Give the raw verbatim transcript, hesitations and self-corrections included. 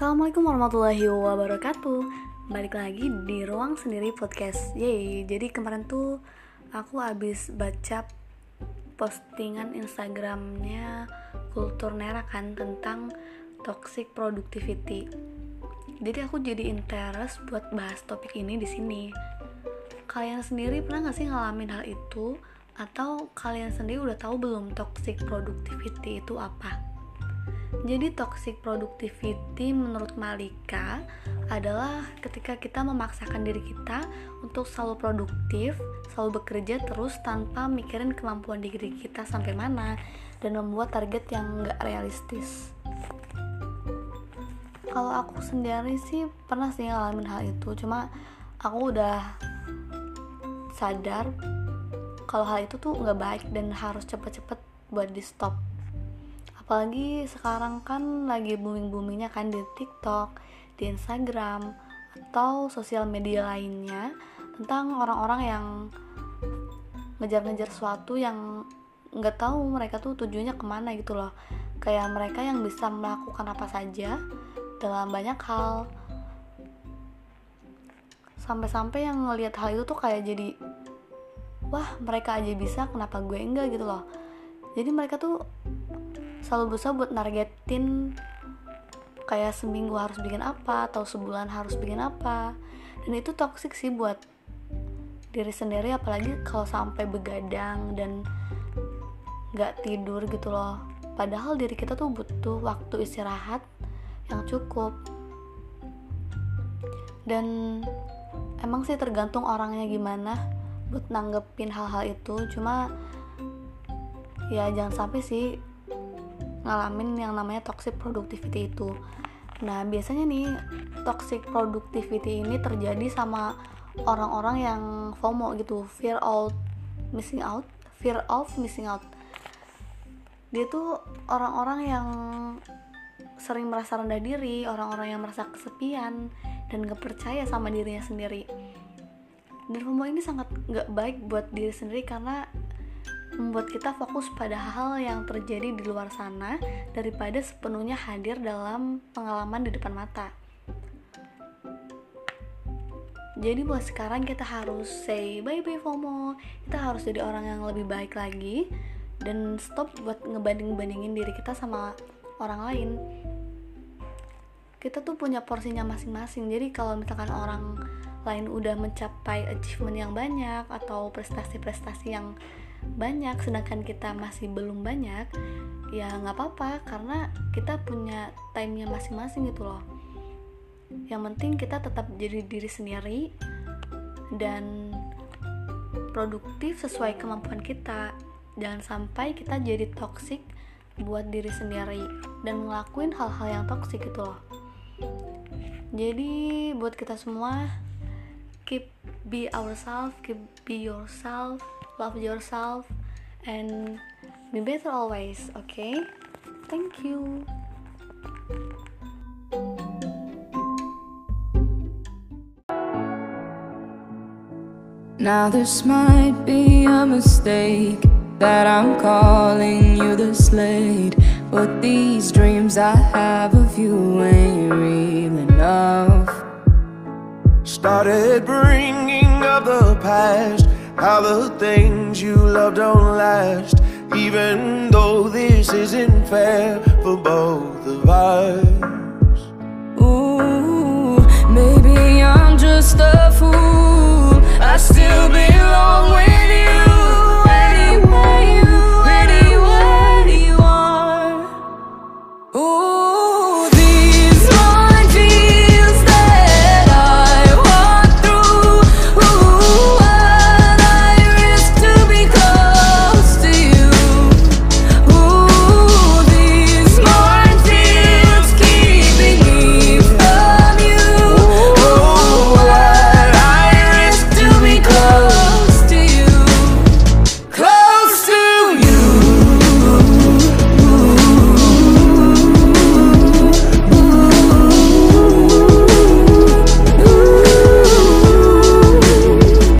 Assalamualaikum warahmatullahi wabarakatuh. Balik lagi di Ruang Sendiri Podcast. Yeay, jadi kemarin tuh aku abis baca postingan Instagramnya Kultur Nera kan tentang toxic productivity. Jadi aku jadi interest buat bahas topik ini di sini. Kalian sendiri pernah gak sih ngalamin hal itu? Atau kalian sendiri udah tahu belum toxic productivity itu apa? Jadi toxic productivity menurut Malika adalah ketika kita memaksakan diri kita untuk selalu produktif, selalu bekerja terus tanpa mikirin kemampuan diri kita sampai mana dan membuat target yang gak realistis. Kalau aku sendiri sih pernah sih ngalamin hal itu, cuma aku udah sadar kalau hal itu tuh gak baik dan harus cepet-cepet buat di stop. Apalagi sekarang kan lagi booming-boomingnya kan di TikTok, di Instagram, atau sosial media lainnya tentang orang-orang yang ngejar-ngejar sesuatu yang nggak tahu mereka tuh tujuannya kemana gitu loh. Kayak mereka yang bisa melakukan apa saja dalam banyak hal. Sampai-sampai yang ngelihat hal itu tuh kayak jadi, wah mereka aja bisa, kenapa gue enggak gitu loh. Jadi mereka tuh selalu berusaha buat nargetin kayak seminggu harus bikin apa atau sebulan harus bikin apa, dan itu toksik sih buat diri sendiri, apalagi kalau sampai begadang dan gak tidur gitu loh. Padahal diri kita tuh butuh waktu istirahat yang cukup. Dan emang sih tergantung orangnya gimana buat nanggepin hal-hal itu, cuma ya jangan sampai sih ngalamin yang namanya toxic productivity itu. Nah biasanya nih toxic productivity ini terjadi sama orang-orang yang FOMO gitu, fear of missing out, fear of missing out. Dia tuh orang-orang yang sering merasa rendah diri, orang-orang yang merasa kesepian dan gak percaya sama dirinya sendiri. Dan FOMO ini sangat gak baik buat diri sendiri karena membuat kita fokus pada hal yang terjadi di luar sana daripada sepenuhnya hadir dalam pengalaman di depan mata. Jadi buat sekarang kita harus say bye-bye FOMO. Kita harus jadi orang yang lebih baik lagi dan stop buat ngebanding-bandingin diri kita sama orang lain. Kita tuh punya porsinya masing-masing. Jadi kalau misalkan orang lain udah mencapai achievement yang banyak atau prestasi-prestasi yang banyak sedangkan kita masih belum banyak, ya nggak apa-apa karena kita punya time-nya masing-masing gitu loh. Yang penting kita tetap jadi diri sendiri dan produktif sesuai kemampuan kita. Jangan sampai kita jadi toksik buat diri sendiri dan ngelakuin hal-hal yang toksik gitu loh. Jadi buat kita semua, keep be ourselves, keep be yourself, love yourself, and be better always, okay? Thank you. Now this might be a mistake that I'm calling you this late, but these dreams I have of you ain't real enough. Started bringing up the past, how the things you love don't last, even though this isn't fair for both of us. Ooh, maybe I'm just a fool, I still belong with